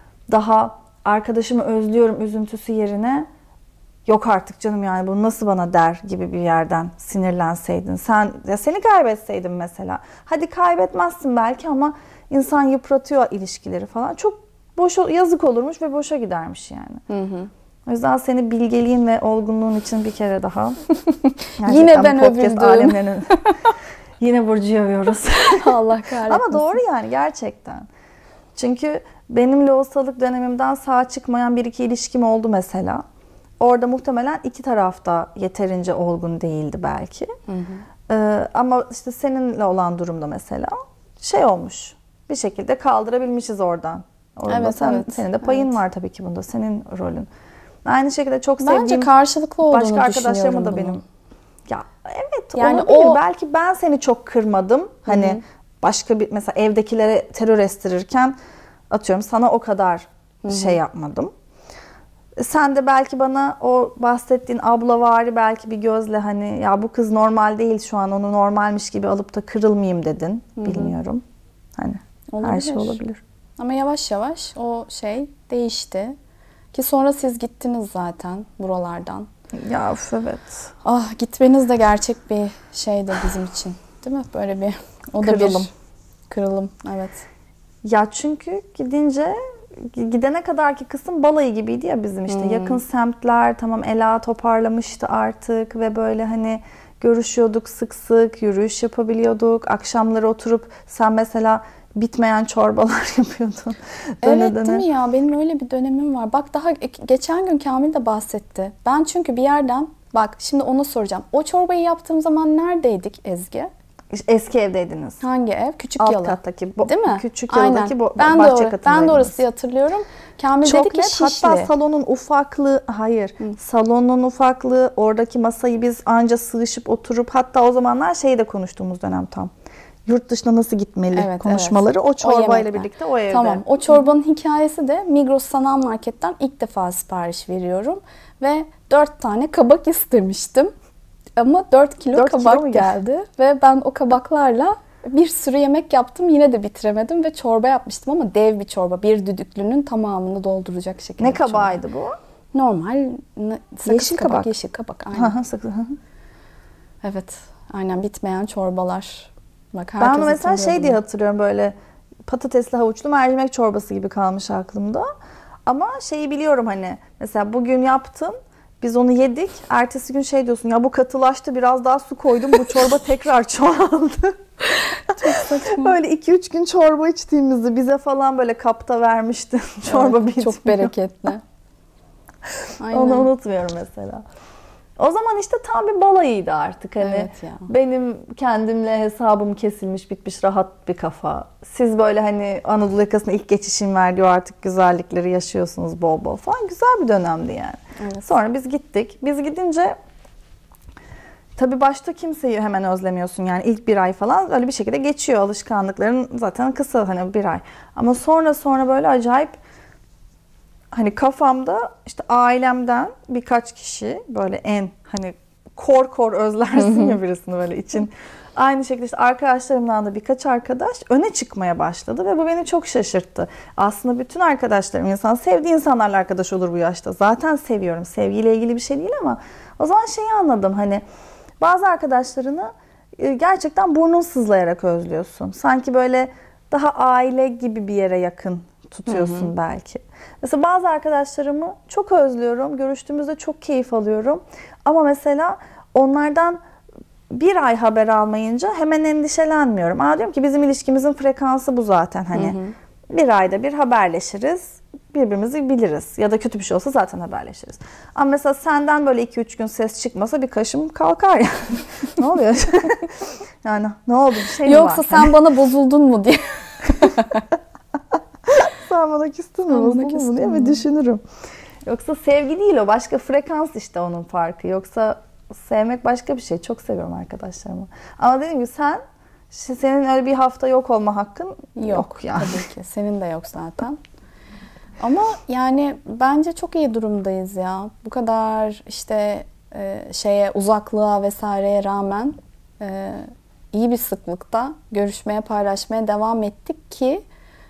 daha arkadaşımı özlüyorum üzüntüsü yerine yok artık canım yani bunu nasıl bana der gibi bir yerden sinirlenseydin. Seni kaybetseydim mesela. Hadi kaybetmezsin belki ama insan yıpratıyor ilişkileri falan. Çok yazık olurmuş ve boşa gidermiş yani. O yüzden seni bilgeliğin ve olgunluğun için bir kere daha yine ben övüldüm. Yine Burcu'yu övüyoruz. Allah kahretmesin. Ama doğru yani gerçekten. Çünkü benim lohusalık dönemimden sağ çıkmayan bir iki ilişkim oldu mesela. Orada muhtemelen iki tarafta yeterince olgun değildi belki. Ama işte seninle olan durumda mesela şey olmuş. Bir şekilde kaldırabilmişiz oradan. Orada senin de payın var tabii ki bunda. Senin rolün. Aynı şekilde çok sevdiğim bence karşılıklı olduğunu başka arkadaşlarımı da bunu. benim. Ya evet yani olabilir. Belki ben seni çok kırmadım. Hani başka bir mesela evdekilere terör estirirken atıyorum sana o kadar şey yapmadım. Sen de belki bana o bahsettiğin ablavari belki bir gözle hani ya bu kız normal değil şu an onu normalmiş gibi alıp da kırılmayayım dedin. Bilmiyorum. Hani olabilir. Her şey olabilir. Ama yavaş yavaş o şey değişti. Ki sonra siz gittiniz zaten buralardan. Ya evet. Ah gitmeniz de gerçek bir şeydi bizim için. Değil mi? Böyle bir o da kırılım. Kırılım evet. Ya çünkü gidene kadarki kısım balayı gibiydi ya bizim işte. Yakın semtler tamam Ela toparlamıştı artık ve böyle hani görüşüyorduk sık sık, yürüyüş yapabiliyorduk. Akşamları oturup sen mesela bitmeyen çorbalar yapıyordun. Evet değil mi ya? Benim öyle bir dönemim var. Bak daha geçen gün Kamil de bahsetti. Ben çünkü bir yerden bak şimdi onu soracağım. O çorbayı yaptığım zaman neredeydik Ezgi? Eski evdeydiniz. Hangi ev? Küçük Alt Yalı. kattaki. Değil mi? Küçük Yalı'daki bahçe katındaydınız. Ben de orası hatırlıyorum. Kamil çok dedi ki net. Şişli. Hatta salonun ufaklığı, salonun ufaklığı, oradaki masayı biz anca sığışıp oturup hatta o zamanlar şeyi de konuştuğumuz dönem tam. Yurt dışına nasıl gitmeli konuşmaları o çorbayla birlikte o evde. Tamam. O çorbanın hikayesi de Migros Sanal Market'ten ilk defa sipariş veriyorum ve 4 tane kabak istemiştim. Ama 4 kilo kabak geldi ve ben o kabaklarla bir sürü yemek yaptım. Yine de bitiremedim ve çorba yapmıştım ama dev bir çorba. Bir düdüklünün tamamını dolduracak şekilde. Ne kabağıydı bu? Normal yeşil kabak. Yeşil kabak aynen. Evet. Evet. Aynen bitmeyen çorbalar. Bak, ben mesela şey diye hatırlıyorum böyle patatesli havuçlu mercimek çorbası gibi kalmış aklımda. Ama şeyi biliyorum hani mesela bugün yaptım. Biz onu yedik. Ertesi gün şey diyorsun ya bu katılaştı biraz daha su koydum bu çorba tekrar çoğaldı. Çok saçma. Öyle 2-3 gün çorba içtiğimizde bize falan böyle kapta vermişti. Çorba bitmiyor. Çok bereketli. Onu unutmuyorum mesela. O zaman işte tam bir balayıydı artık. Hani Evet ya. benim kendimle hesabım kesilmiş, bitmiş, rahat bir kafa. Siz böyle hani Anadolu yakasına ilk geçişin verdiği o artık güzellikleri yaşıyorsunuz bol bol falan. Güzel bir dönemdi yani. Evet. Sonra biz gittik. Biz gidince tabii başta kimseyi hemen özlemiyorsun yani ilk bir ay falan öyle bir şekilde geçiyor. Alışkanlıkların zaten kısa hani bir ay. Ama sonra böyle acayip hani kafamda işte ailemden birkaç kişi böyle en hani kor özlersin ya birisini böyle için. Aynı şekilde işte arkadaşlarımdan da birkaç arkadaş öne çıkmaya başladı ve bu beni çok şaşırttı. Aslında bütün arkadaşlarım sevdiği insanlarla arkadaş olur bu yaşta. Zaten seviyorum. Sevgiyle ilgili bir şey değil ama o zaman şeyi anladım hani bazı arkadaşlarını gerçekten burnun sızlayarak özlüyorsun. Sanki böyle daha aile gibi bir yere yakın tutuyorsun belki. Mesela bazı arkadaşlarımı çok özlüyorum. Görüştüğümüzde çok keyif alıyorum. Ama mesela onlardan bir ay haber almayınca hemen endişelenmiyorum. Diyorum ki bizim ilişkimizin frekansı bu zaten. Hani bir ayda bir haberleşiriz. Birbirimizi biliriz. Ya da kötü bir şey olsa zaten haberleşiriz. Ama mesela senden böyle 2-3 gün ses çıkmasa bir kaşım kalkar yani. Ne oluyor? Yani ne oldu? Bir şey mi var? Yoksa sen bana bozuldun mu diye. Sen bana küstün mü? Bozuldun mu diye mi düşünürüm. Yoksa sevgi değil o. Başka frekans işte onun farkı. Yoksa sevmek başka bir şey. Çok seviyorum arkadaşlarımı. Ama dediğim gibi senin öyle bir hafta yok olma hakkın yok yani. Tabii ki. Senin de yok zaten. Ama yani bence çok iyi durumdayız ya. Bu kadar işte uzaklığa vesaireye rağmen iyi bir sıklıkta görüşmeye, paylaşmaya devam ettik ki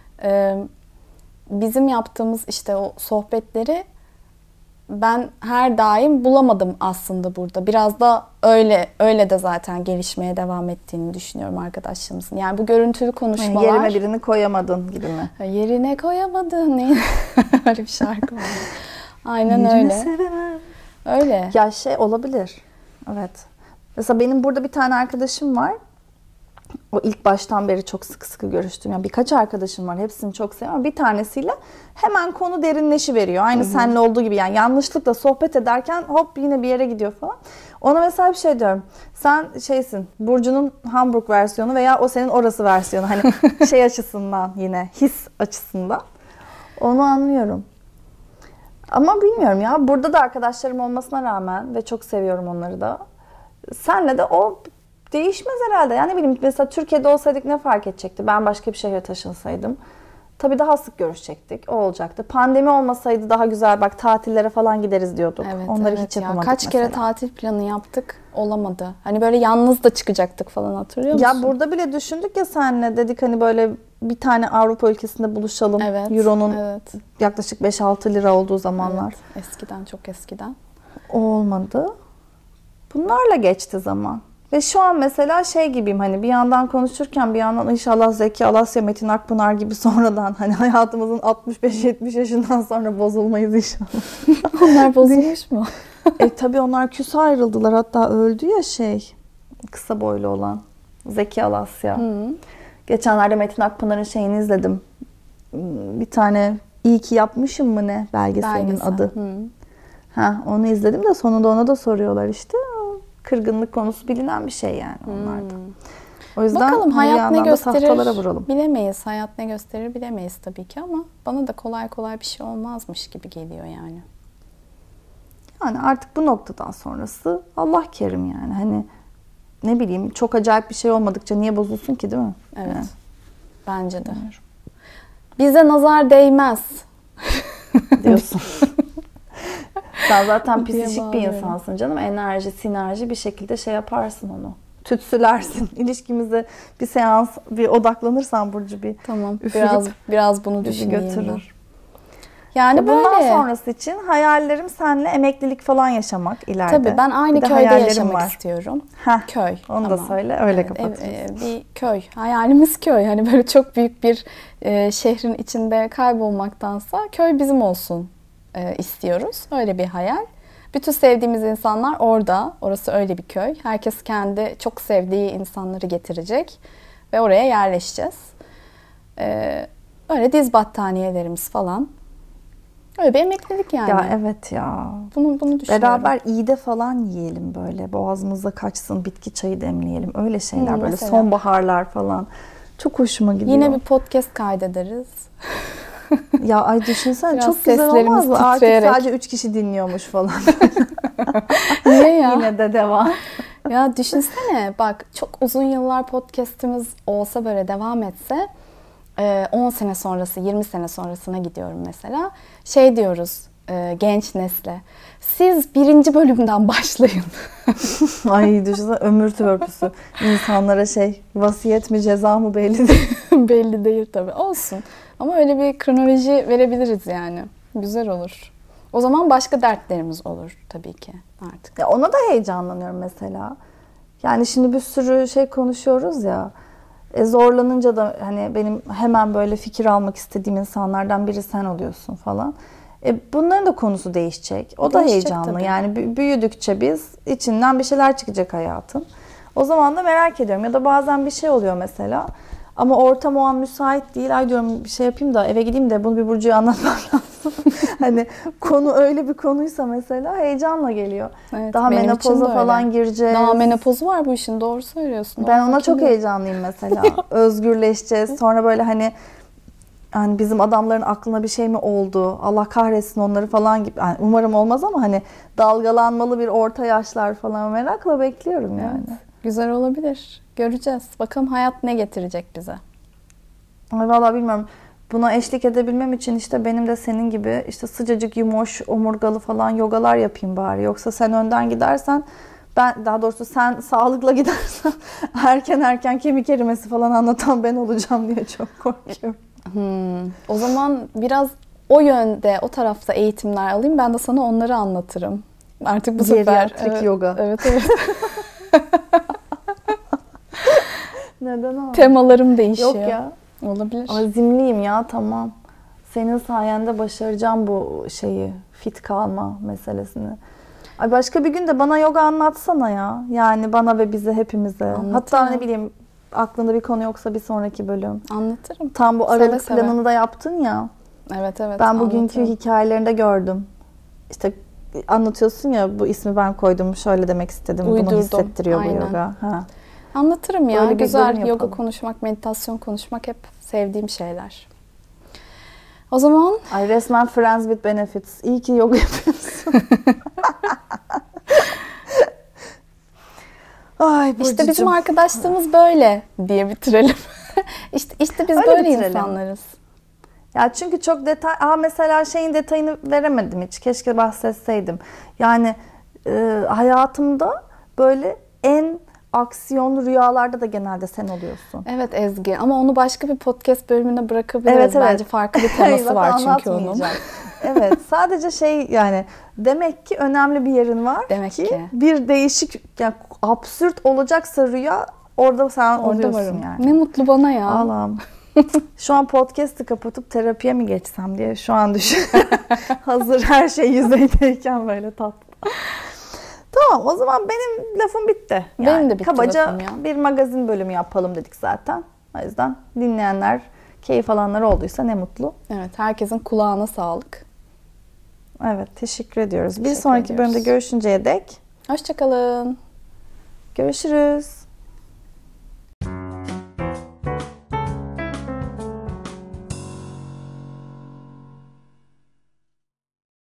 bizim yaptığımız işte o sohbetleri ben her daim bulamadım aslında burada. Biraz da öyle de zaten gelişmeye devam ettiğini düşünüyorum arkadaşlarımızın. Yani bu görüntülü konuşmalar. Yerine birini koyamadın gibi mi? Yerine koyamadın. Öyle bir şarkı var. Aynen Yerine öyle. sevemem. Öyle. Ya olabilir. Evet. Mesela benim burada bir tane arkadaşım var. O ilk baştan beri çok sıkı görüştüğüm. Yani birkaç arkadaşım var. Hepsini çok seviyorum. Bir tanesiyle hemen konu derinleşiveriyor. Aynı seninle olduğu gibi. Yani yanlışlıkla sohbet ederken hop yine bir yere gidiyor falan. Ona mesela bir şey diyorum. Sen Burcu'nun Hamburg versiyonu veya o senin orası versiyonu. Hani açısından yine his açısından. Onu anlıyorum. Ama bilmiyorum ya. Burada da arkadaşlarım olmasına rağmen ve çok seviyorum onları da. Senle de o değişmez herhalde. Yani ne bileyim mesela Türkiye'de olsaydık ne fark edecekti? Ben başka bir şehre taşınsaydım. Tabii daha sık görüşecektik. O olacaktı. Pandemi olmasaydı daha güzel bak tatillere falan gideriz diyorduk. Evet, Onları evet hiç yapamadık Kaç mesela. kere tatil planı yaptık. Olamadı. Hani böyle yalnız da çıkacaktık falan hatırlıyor musun? Ya burada bile düşündük ya senle dedik hani böyle bir tane Avrupa ülkesinde buluşalım. Evet, Euro'nun yaklaşık 5-6 lira olduğu zamanlar. Evet, eskiden çok eskiden. O olmadı. Bunlarla geçti zaman. Ve şu an mesela gibiyim hani bir yandan konuşurken bir yandan inşallah Zeki Alasya, Metin Akpınar gibi sonradan hani hayatımızın 65-70 yaşından sonra bozulmayız inşallah. Onlar bozulmuş mu? Tabii onlar küs ayrıldılar hatta öldü ya kısa boylu olan Zeki Alasya. Geçenlerde Metin Akpınar'ın izledim. Bir tane iyi ki yapmışım mı ne belgeselinin adı. Onu izledim de sonunda ona da soruyorlar işte. Kırgınlık konusu bilinen bir şey yani onlarda. O yüzden bakalım hayat ne gösterir vuralım. Bilemeyiz. Hayat ne gösterir bilemeyiz tabii ki ama bana da kolay kolay bir şey olmazmış gibi geliyor yani. Yani artık bu noktadan sonrası Allah kerim yani. Hani ne bileyim çok acayip bir şey olmadıkça niye bozulsun ki değil mi? Evet. Yani. Bence de. Bize nazar değmez. Diyorsun. Sen zaten psikik bir insansın canım. Enerji, sinerji bir şekilde yaparsın onu. Tütsülersin. İlişkimize bir seans, bir odaklanırsan Burcu bir tamam. Biraz bunu düşüneyim. Götürür. Yani bundan sonrası için hayallerim seninle emeklilik falan yaşamak ileride. Tabii ben aynı köyde yaşamak istiyorum. Köy. Onu da söyle. Öyle kapatırız. Bir köy. Hayalimiz köy. Hani böyle çok büyük bir şehrin içinde kaybolmaktansa köy bizim olsun istiyoruz. Öyle bir hayal. Bütün sevdiğimiz insanlar orada. Orası öyle bir köy. Herkes kendi çok sevdiği insanları getirecek. Ve oraya yerleşeceğiz. Öyle diz battaniyelerimiz falan. Öyle bir emeklilik yani. Ya evet ya. Bunu düşünüyorum. Beraber iğde falan yiyelim böyle. Boğazımıza kaçsın, bitki çayı demleyelim. Öyle şeyler böyle mesela. sonbaharlar falan. Çok hoşuma gidiyor. Yine bir podcast kaydederiz. Ya ay düşünsene Biraz çok güzel seslerimiz olmaz mı? Artık titreyerek. sadece 3 kişi dinliyormuş falan. Niye ya? Yine de devam. Ya düşünsene bak çok uzun yıllar podcast'imiz olsa böyle devam etse 10 sene sonrası 20 sene sonrasına gidiyorum mesela. Şey diyoruz genç nesle. Siz 1. bölümden başlayın. Ay düşünsene ömür törpüsü. İnsanlara vasiyet mi ceza mı belli değil. Belli değil tabii. Olsun. Ama öyle bir kronoloji verebiliriz yani. Güzel olur. O zaman başka dertlerimiz olur tabii ki artık. Ya ona da heyecanlanıyorum mesela. Yani şimdi bir sürü şey konuşuyoruz ya. Zorlanınca da hani benim hemen böyle fikir almak istediğim insanlardan biri sen oluyorsun falan. Bunların da konusu değişecek. O da Değişecek heyecanlı. tabii. Yani büyüdükçe biz içinden bir şeyler çıkacak hayatın. O zaman da merak ediyorum. Ya da bazen bir şey oluyor mesela. Ama ortam o an müsait değil. Ay diyorum bir şey yapayım da eve gideyim de bunu bir Burcu'ya anlatmam lazım. Hani konu öyle bir konuysa mesela heyecanla geliyor. Evet, Daha benim için de menopoza öyle. falan gireceğiz. Daha menopozu var bu işin, doğru söylüyorsun. Ben ona çok heyecanlıyım mesela. Özgürleşeceğiz. Sonra böyle hani bizim adamların aklına bir şey mi oldu? Allah kahretsin onları falan gibi. Yani umarım olmaz ama hani dalgalanmalı bir orta yaşlar falan merakla bekliyorum yani. Evet, güzel olabilir. Göreceğiz. Bakalım hayat ne getirecek bize. Ay vallahi bilmiyorum. Buna eşlik edebilmem için işte benim de senin gibi işte sıcacık yumuş omurgalı falan yogalar yapayım bari. Yoksa sen önden gidersen daha doğrusu sen sağlıkla gidersen erken kemik erimesi falan anlatan ben olacağım diye çok korkuyorum. O zaman biraz o yönde, o tarafta eğitimler alayım. Ben de sana onları anlatırım. Artık bu sefer. Geriatrik yoga. Evet. Neden o? Temalarım değişiyor. Yok ya. Olabilir. Azimliyim ya, tamam. Senin sayende başaracağım bu fit kalma meselesini. Ay başka bir gün de bana yoga anlatsana ya. Yani bana ve bize hepimize. Anlatırım. Hatta ne bileyim aklında bir konu yoksa bir sonraki bölüm. Anlatırım. Tam bu Aralık Seve planını da yaptın ya. Evet. Ben bugünkü anlatırım. hikayelerinde gördüm. İşte anlatıyorsun ya, bu ismi ben koydum, şöyle demek istedim. Bunu Uydurdum. hissettiriyor Aynen. bu yoga. Ha. Anlatırım ya. Böyle bir Güzel bölüm yoga yapalım. konuşmak, meditasyon konuşmak hep sevdiğim şeyler. O zaman Ay resmen Friends with Benefits. İyi ki yoga yapıyorsun. Ay işte Burcucuğum. bizim arkadaşlığımız böyle diye bitirelim. İşte biz Öyle böyle bitirelim. insanlarız. Ya çünkü çok detay... mesela detayını veremedim hiç. Keşke bahsetseydim. Yani hayatımda böyle en aksiyon rüyalarda da genelde sen oluyorsun. Evet Ezgi, ama onu başka bir podcast bölümüne bırakabiliriz. Evet. Bence farklı bir teması var çünkü onun. Evet, sadece yani demek ki önemli bir yerin var. Demek ki. Bir değişik, yani absürt olacaksa rüya orada sen Orada oluyorsun varım. yani. Ne mutlu bana ya. Allah'ım. Şu an podcast'ı kapatıp terapiye mi geçsem diye şu an düşün. Hazır her şey yüzeydeyken böyle tatlı. Tamam, o zaman benim lafım bitti. Yani Benim de bitti kabaca lafım ya. bir magazin bölümü yapalım dedik zaten. O yüzden dinleyenler, keyif alanlar olduysa ne mutlu. Evet, herkesin kulağına sağlık. Evet, teşekkür ediyoruz. Bir Teşekkür sonraki ediyoruz. bölümde görüşünceye dek Hoşça kalın. görüşürüz.